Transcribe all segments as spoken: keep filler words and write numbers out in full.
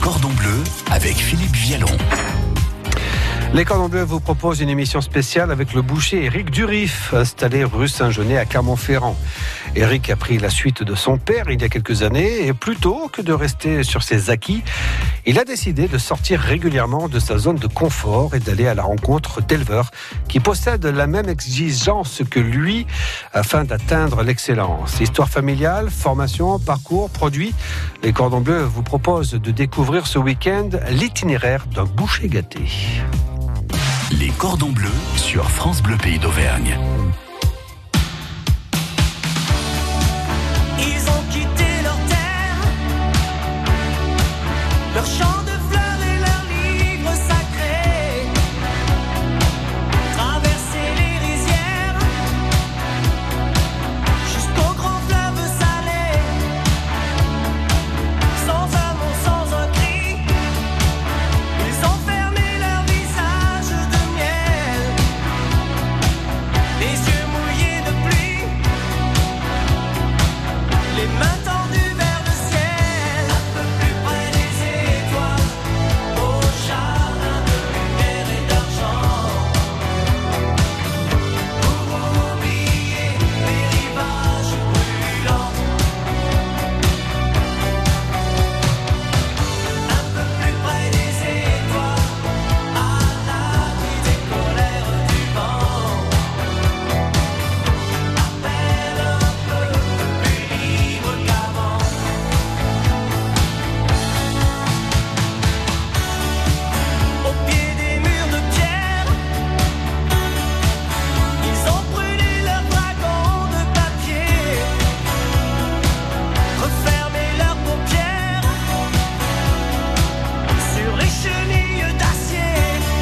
Cordons Bleus avec Philippe Vialon. Les Cordons Bleus vous proposent une émission spéciale avec le boucher Éric Durif, installé rue Saint-Genès à Clermont-Ferrand. Éric a pris la suite de son père il y a quelques années et plutôt que de rester sur ses acquis, il a décidé de sortir régulièrement de sa zone de confort et d'aller à la rencontre d'éleveurs qui possèdent la même exigence que lui afin d'atteindre l'excellence. Histoire familiale, formation, parcours, produits. Les Cordons Bleus vous proposent de découvrir ce week-end l'itinéraire d'un boucher gâté. Les Cordons Bleus sur France Bleu Pays d'Auvergne. Ils ont quitté leur terre, leur champ de fleurs et leurs livres sacrés, traverser les rizières jusqu'au grand fleuve salé, sans un mot, sans un cri. Ils ont fermé leur visage de miel, les yeux mouillés de pluie, les mains tendues vers le ciel, un peu plus près des étoiles, au jardin de lumière et d'argent, pour oublier les rivages brûlants. Un peu plus près des étoiles, à l'abri des colères du vent, à peine un peu plus libre qu'avant. Au pied des murs de pierre, ils ont brûlé leurs dragons de papier, refermé leurs paupières sur les chenilles d'acier.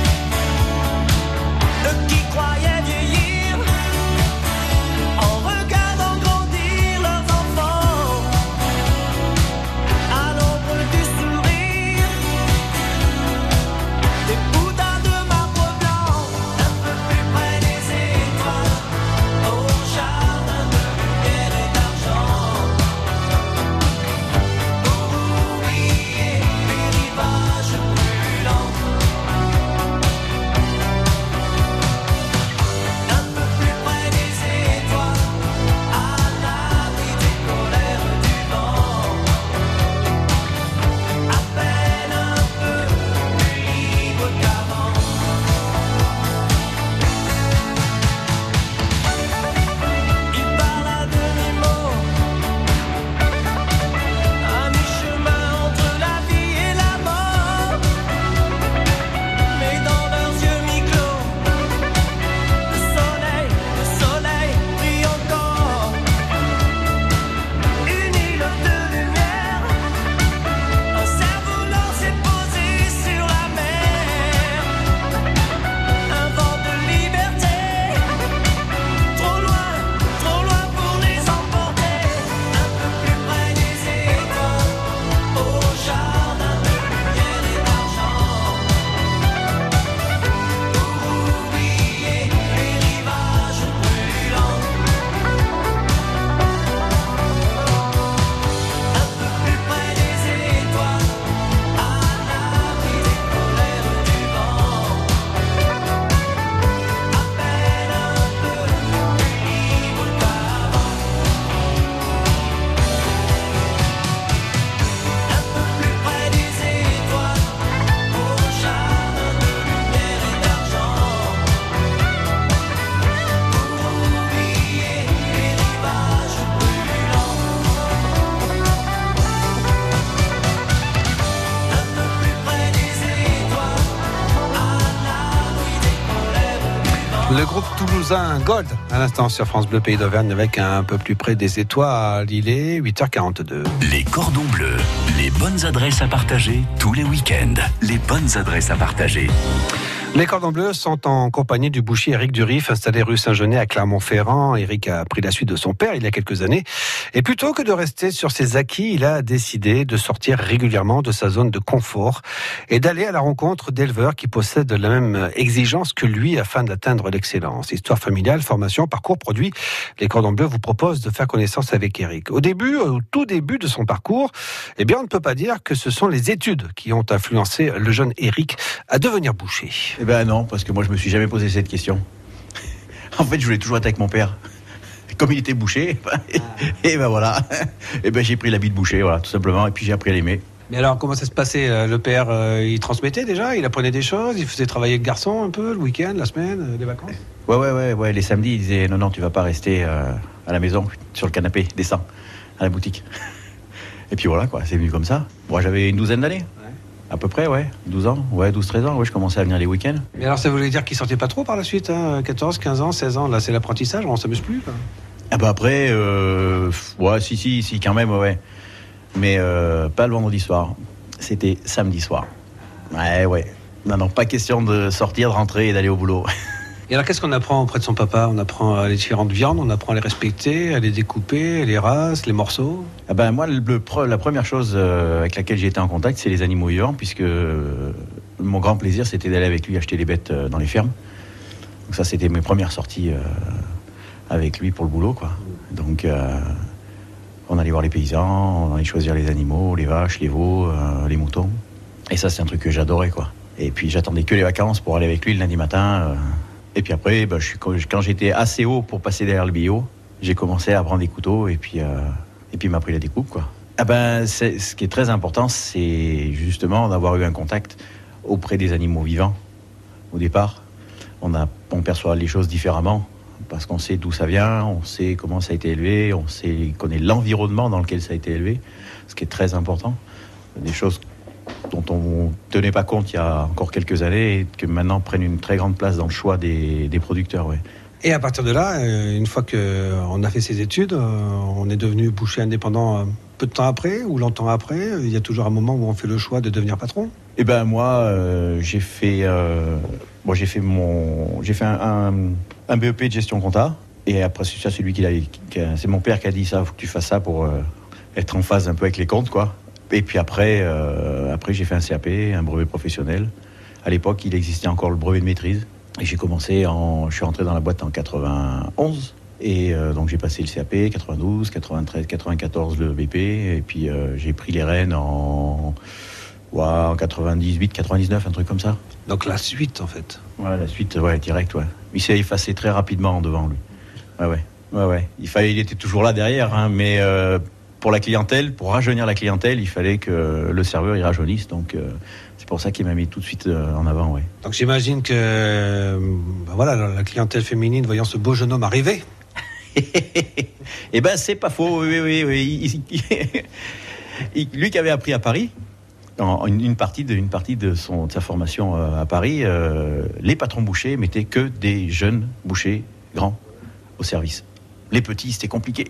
Eux qui croyaient vieillir en regardant grandir leurs enfants, à l'ombre du sourire des bouddhas de marbre blanc, un peu plus près des étoiles, au jardin de lumière et d'argent, pour oublier les rivages brûlants. Un peu plus près des étoiles, à l'abri des colères du vent, à peine un peu plus libre qu'avant. Il parle à demi-mot, à mi-chemin entre la vie et la mort, mais dans leurs yeux mi-clos, le soleil, le soleil brille encore. Une île de lumière, un cerf-volant s'est posé sur la mer. Un vent de liberté, trop loin, trop loin pour les emporter. Un peu plus près des étoiles, au jardin de lumière et d'argent, pour oublier les rivages brûlants. Un peu plus près des étoiles, à l'abri des colères du vent, à peine un peu plus libre qu'avant. Un peu plus près des étoiles, au jardin de lumière et d'argent, pour oublier les rivages brûlants. Un peu plus près des étoiles, à l'abri des colères du vent. Le groupe toulousain Gold, à l'instant sur France Bleu Pays d'Auvergne avec un peu plus près des étoiles. Il est huit heures quarante-deux. Les Cordons Bleus, les bonnes adresses à partager tous les week-ends. Les bonnes adresses à partager. Les Cordons Bleus sont en compagnie du boucher Éric Durif, installé rue Saint-Genès à Clermont-Ferrand. Éric a pris la suite de son père il y a quelques années. Et plutôt que de rester sur ses acquis, il a décidé de sortir régulièrement de sa zone de confort et d'aller à la rencontre d'éleveurs qui possèdent la même exigence que lui afin d'atteindre l'excellence. Histoire familiale, formation, parcours, produit. Les Cordons Bleus vous proposent de faire connaissance avec Éric. Au début, au tout début de son parcours, eh bien, on ne peut pas dire que ce sont les études qui ont influencé le jeune Éric à devenir boucher. Eh ben non, parce que moi je me suis jamais posé cette question. En fait, je voulais toujours être avec mon père. Comme il était boucher, et ben voilà. Et ben j'ai pris l'habit de boucher, voilà, tout simplement, et puis j'ai appris à l'aimer. Mais alors, comment ça se passait ? Le père, euh, il transmettait déjà ? Il apprenait des choses ? Il faisait travailler le garçon un peu, le week-end, la semaine, les vacances ? Ouais, ouais, ouais, ouais. Les samedis, il disait non, non, tu vas pas rester euh, à la maison, sur le canapé, descends, à la boutique. Et puis voilà, quoi, c'est venu comme ça. Moi, j'avais une douzaine d'années. À peu près, ouais, douze ans, ouais, douze treize ans, ouais, je commençais à venir les week-ends. Mais alors ça voulait dire qu'il sortait pas trop par la suite, hein, quatorze, quinze ans, seize ans, là c'est l'apprentissage, on s'amuse plus quoi. Ah bah après, euh, ouais, si, si, si, quand même, ouais. Mais euh, pas le vendredi soir, c'était samedi soir. Ouais, ouais. Non, non, pas question de sortir, de rentrer et d'aller au boulot. Et alors qu'est-ce qu'on apprend auprès de son papa ? On apprend les différentes viandes, on apprend à les respecter, à les découper, les races, les morceaux. Ah ben moi, le, le, la première chose euh, avec laquelle j'ai été en contact, c'est les animaux vivants, puisque euh, mon grand plaisir, c'était d'aller avec lui acheter les bêtes euh, dans les fermes. Donc ça, c'était mes premières sorties euh, avec lui pour le boulot, quoi. Donc euh, on allait voir les paysans, on allait choisir les animaux, les vaches, les veaux, euh, les moutons. Et ça, c'est un truc que j'adorais, quoi. Et puis j'attendais que les vacances pour aller avec lui le lundi matin. Euh, Et puis après, bah, je, quand j'étais assez haut pour passer derrière le bio, j'ai commencé à prendre des couteaux et puis, euh, et puis il m'a pris la découpe, quoi. Ah ben, c'est, ce qui est très important, c'est justement d'avoir eu un contact auprès des animaux vivants. Au départ, on, a, on perçoit les choses différemment parce qu'on sait d'où ça vient, on sait comment ça a été élevé, on sait, connaît l'environnement dans lequel ça a été élevé, ce qui est très important. Des choses dont on ne tenait pas compte il y a encore quelques années et que maintenant prennent une très grande place dans le choix des, des producteurs. Ouais. Et à partir de là, une fois qu'on a fait ses études, on est devenu boucher indépendant peu de temps après ou longtemps après. Il y a toujours un moment où on fait le choix de devenir patron. Eh ben moi, euh, j'ai fait, euh, bon, j'ai fait mon, j'ai fait un, un, un B E P de gestion compta. Et après ça, c'est lui qui l'a, qui a, c'est mon père qui a dit ça, faut que tu fasses ça pour euh, être en phase un peu avec les comptes, quoi. Et puis après, euh, après j'ai fait un C A P, un brevet professionnel. À l'époque, il existait encore le brevet de maîtrise. Et j'ai commencé en, je suis rentré dans la boîte en quatre-vingt-onze. Et euh, donc j'ai passé le C A P, quatre-vingt-douze, quatre-vingt-treize, quatre-vingt-quatorze le B P. Et puis euh, j'ai pris les rênes en, ouais, en quatre-vingt-dix-huit, quatre-vingt-dix-neuf, un truc comme ça. Donc la suite en fait. Ouais, la suite, ouais, direct, ouais. Il s'est effacé très rapidement devant lui. Ouais, ouais, ouais, ouais. Il fallait, il était toujours là derrière, hein, mais euh, pour la clientèle, pour rajeunir la clientèle, il fallait que le serveur y rajeunisse. Donc euh, c'est pour ça qu'il m'a mis tout de suite euh, en avant, ouais. Donc j'imagine que euh, ben voilà, la clientèle féminine voyant ce beau jeune homme arriver. Eh ben c'est pas faux, oui, oui, oui. Il, il, il, lui qui avait appris à Paris, en une, une partie de, une partie de, son, de sa formation euh, à Paris, euh, les patrons bouchers mettaient que des jeunes bouchers grands au service. Les petits, c'était compliqué.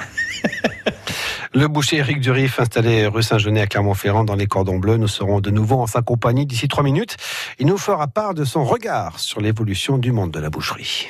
Le boucher Éric Durif, installé rue Saint-Genès à Clermont-Ferrand dans les Cordons Bleus. Nous serons de nouveau en sa compagnie d'ici trois minutes. Il nous fera part de son regard sur l'évolution du monde de la boucherie.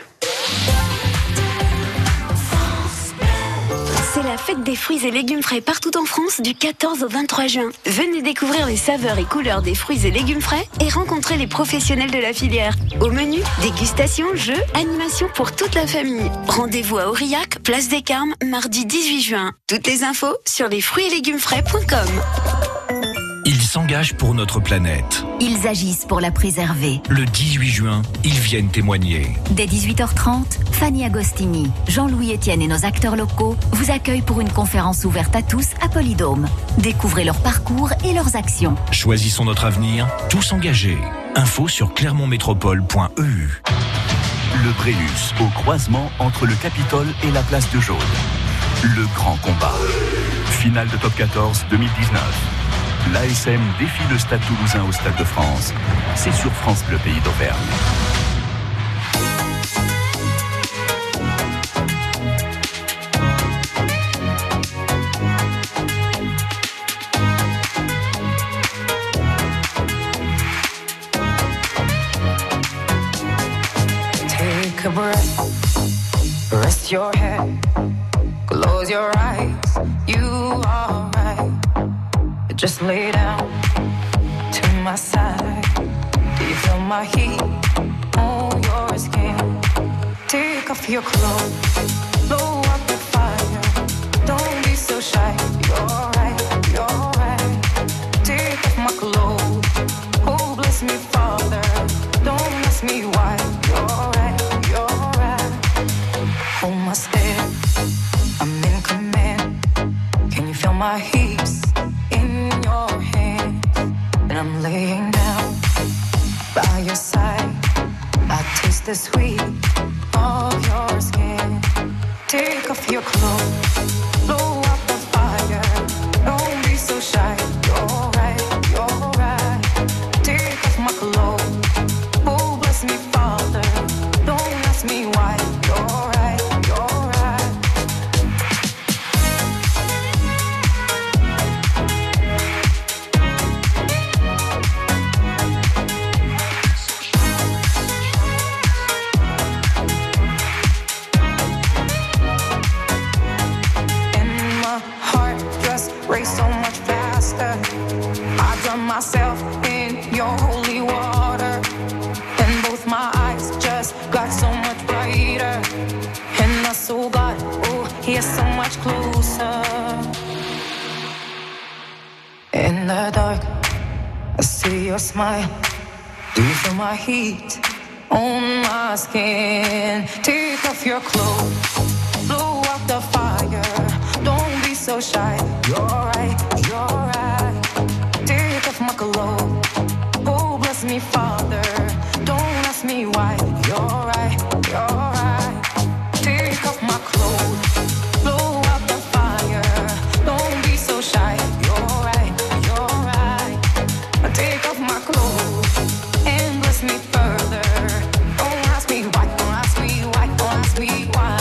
C'est la fête des fruits et légumes frais partout en France du quatorze au vingt-trois juin. Venez découvrir les saveurs et couleurs des fruits et légumes frais et rencontrer les professionnels de la filière. Au menu, dégustation, jeux, animation pour toute la famille. Rendez-vous à Aurillac, place des Carmes, mardi dix-huit juin. Toutes les infos sur les fruits et légumes frais point com. Ils s'engagent pour notre planète. Ils agissent pour la préserver. Le dix-huit juin, ils viennent témoigner. Dès dix-huit heures trente, Fanny Agostini, Jean-Louis Etienne et nos acteurs locaux vous accueillent pour une conférence ouverte à tous à Polydôme. Découvrez leur parcours et leurs actions. Choisissons notre avenir, tous engagés. Info sur clermont métropole point e u. Le Brélus, au croisement entre le Capitole et la place de Jaune. Le grand combat. Finale de Top quatorze deux mille dix-neuf. L'A S M défie le Stade Toulousain au Stade de France. C'est sur France Bleu Pays d'Auvergne. breath, rest your head, close your eyes, you are right. Just lay down to my side. Do you feel my heat on your skin? Take off your clothes, blow up the fire. Don't be so shy, you're right, you're right. Take off my clothes, oh bless me Father. Don't ask me why, you're right, you're right. Hold my step, I'm in command. Can you feel my hips in your hands? And I'm laying down by your side. I taste the sweet of your skin. Take off your clothes, blow up the fire. Don't be so shy, you're right, you're right. Take off my clothes, oh bless me Father. Don't ask me why, you're right, you're right. And my heart just raced so much faster. I drown myself in your holy water. And both my eyes just got so much brighter. And my soul got, oh, here so much closer. In the dark, I see your smile. Do you feel my heat on my skin? Take off your clothes, blow out the fire. Don't be so shy, you're right, you're right. Take off my clothes, oh bless me Father. Don't ask me why, you're right, you're right. Take off my clothes, blow out the fire. Don't be so shy, you're right, you're right. Take off my clothes and bless me further. Don't ask me why, don't ask me why, don't ask me why.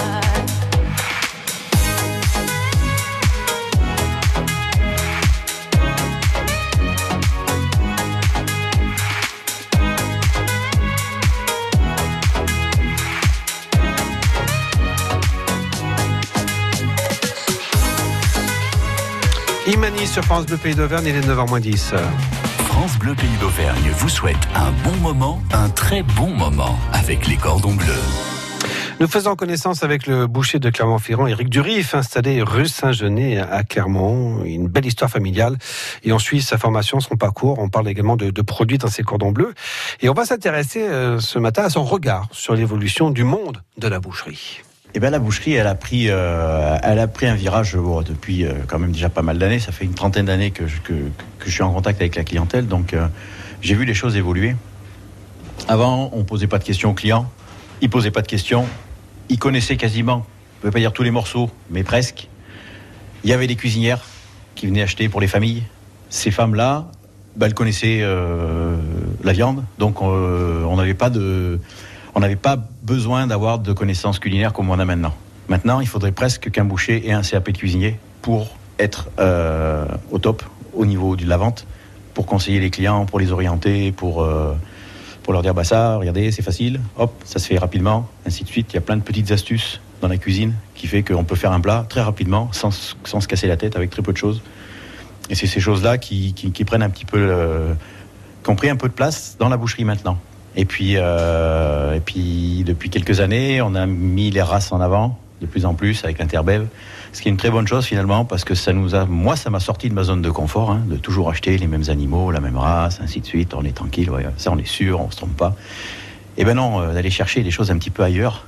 Imani sur France Bleu Pays d'Auvergne, il est neuf heures moins dix. France Bleu Pays d'Auvergne vous souhaite un bon moment, un très bon moment avec les cordons bleus. Nous faisons connaissance avec le boucher de Clermont-Ferrand, Éric Durif, installé rue Saint-Genès à Clermont. Une belle histoire familiale. Et on suit sa formation, son parcours. On parle également de, de produits dans ses cordons bleus. Et on va s'intéresser euh, ce matin à son regard sur l'évolution du monde de la boucherie. Eh ben la boucherie, elle a pris, euh, elle a pris un virage bon, depuis euh, quand même déjà pas mal d'années. Ça fait une trentaine d'années que je, que, que je suis en contact avec la clientèle, donc euh, j'ai vu les choses évoluer. Avant, on posait pas de questions aux clients, ils posaient pas de questions, ils connaissaient quasiment, je ne vais pas dire tous les morceaux, mais presque. Il y avait des cuisinières qui venaient acheter pour les familles. Ces femmes-là, ben, elles connaissaient euh, la viande, donc euh, on n'avait pas de On n'avait pas besoin d'avoir de connaissances culinaires comme on a maintenant. Maintenant, il faudrait presque qu'un boucher ait un C A P de cuisinier pour être euh, au top, au niveau de la vente, pour conseiller les clients, pour les orienter, pour, euh, pour leur dire bah ça, regardez, c'est facile, hop, ça se fait rapidement, ainsi de suite. Il y a plein de petites astuces dans la cuisine qui fait qu'on peut faire un plat très rapidement, sans, sans se casser la tête, avec très peu de choses. Et c'est ces choses-là qui, qui, qui prennent un petit peu, euh, qui ont pris un peu de place dans la boucherie maintenant. Et puis, euh, et puis, depuis quelques années, on a mis les races en avant, de plus en plus, avec l'Interbev. Ce qui est une très bonne chose, finalement, parce que ça nous a, moi, ça m'a sorti de ma zone de confort, hein, de toujours acheter les mêmes animaux, la même race, ainsi de suite. On est tranquille, ouais, ça, on est sûr, on se trompe pas. Et ben non, euh, d'aller chercher des choses un petit peu ailleurs.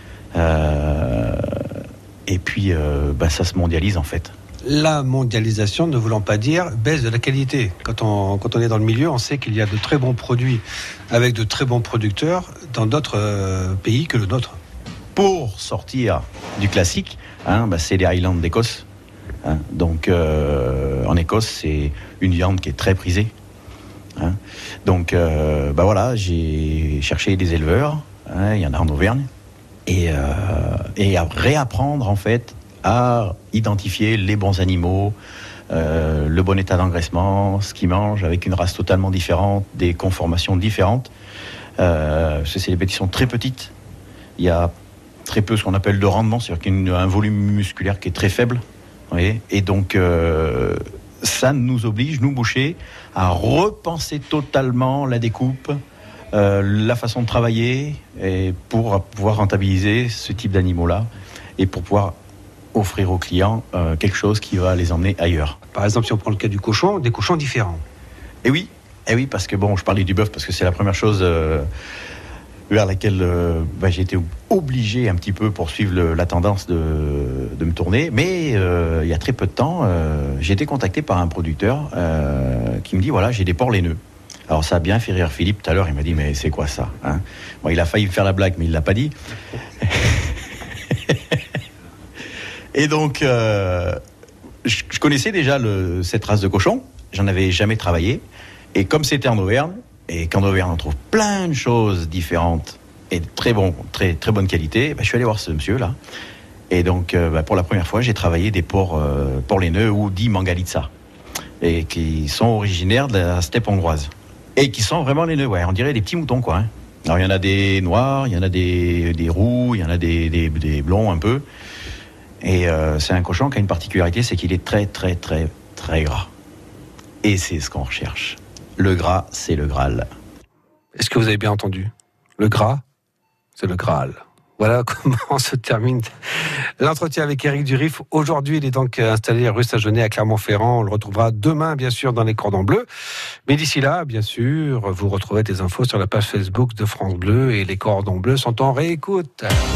Euh, et puis, euh, ben, ça se mondialise, en fait. La mondialisation ne voulant pas dire baisse de la qualité. Quand on, quand on est dans le milieu, on sait qu'il y a de très bons produits avec de très bons producteurs dans d'autres euh, pays que le nôtre. Pour sortir du classique, hein, bah, c'est les Highlands d'Écosse. Hein. Donc, euh, en Écosse, c'est une viande qui est très prisée. Hein. Donc, euh, bah voilà, j'ai cherché des éleveurs. Hein, il y en a en Auvergne. Et, euh, et à réapprendre, en fait, à identifier les bons animaux, euh, le bon état d'engraissement, ce qu'ils mangent, avec une race totalement différente, des conformations différentes. Euh, c'est des bêtes qui sont très petites, il y a très peu ce qu'on appelle de rendement, c'est-à-dire qu'il y a un volume musculaire qui est très faible. Vous voyez, et donc, euh, ça nous oblige, nous bouchers, à repenser totalement la découpe, euh, la façon de travailler, et pour pouvoir rentabiliser ce type d'animaux-là, et pour pouvoir offrir aux clients euh, quelque chose qui va les emmener ailleurs. Par exemple, si on prend le cas du cochon, des cochons différents. Et oui, et oui, parce que bon, je parlais du bœuf parce que c'est la première chose euh, vers laquelle euh, bah, j'ai été obligé un petit peu pour suivre le, la tendance de, de me tourner. Mais euh, il y a très peu de temps, euh, j'ai été contacté par un producteur euh, qui me dit voilà, j'ai des porcs laineux. Alors ça a bien fait rire Philippe tout à l'heure. Il m'a dit mais c'est quoi ça, hein? Bon, il a failli me faire la blague, mais il l'a pas dit. Et donc, euh, je, je connaissais déjà le, cette race de cochon. J'en avais jamais travaillé. Et comme c'était en Auvergne, et qu'en Auvergne on trouve plein de choses différentes et de très, bon, très, très bonne qualité, bah, je suis allé voir ce monsieur-là. Et donc, euh, bah, pour la première fois, j'ai travaillé des porcs, euh, porcs laineux ou dits Mangalitsa, et qui sont originaires de la steppe hongroise. Et qui sont vraiment laineux, ouais, on dirait des petits moutons, quoi. Hein. Alors, il y en a des noirs, il y en a des, des roux, il y en a des, des, des blonds un peu. Et euh, c'est un cochon qui a une particularité, c'est qu'il est très, très, très, très gras. Et c'est ce qu'on recherche. Le gras, c'est le Graal. Est-ce que vous avez bien entendu? Le gras, c'est le Graal. Voilà comment se termine l'entretien avec Éric Durif. Aujourd'hui, il est donc installé rue Saint-Genès à Clermont-Ferrand. On le retrouvera demain, bien sûr, dans les Cordons Bleus. Mais d'ici là, bien sûr, vous retrouvez des infos sur la page Facebook de France Bleu et les Cordons Bleus sont en réécoute.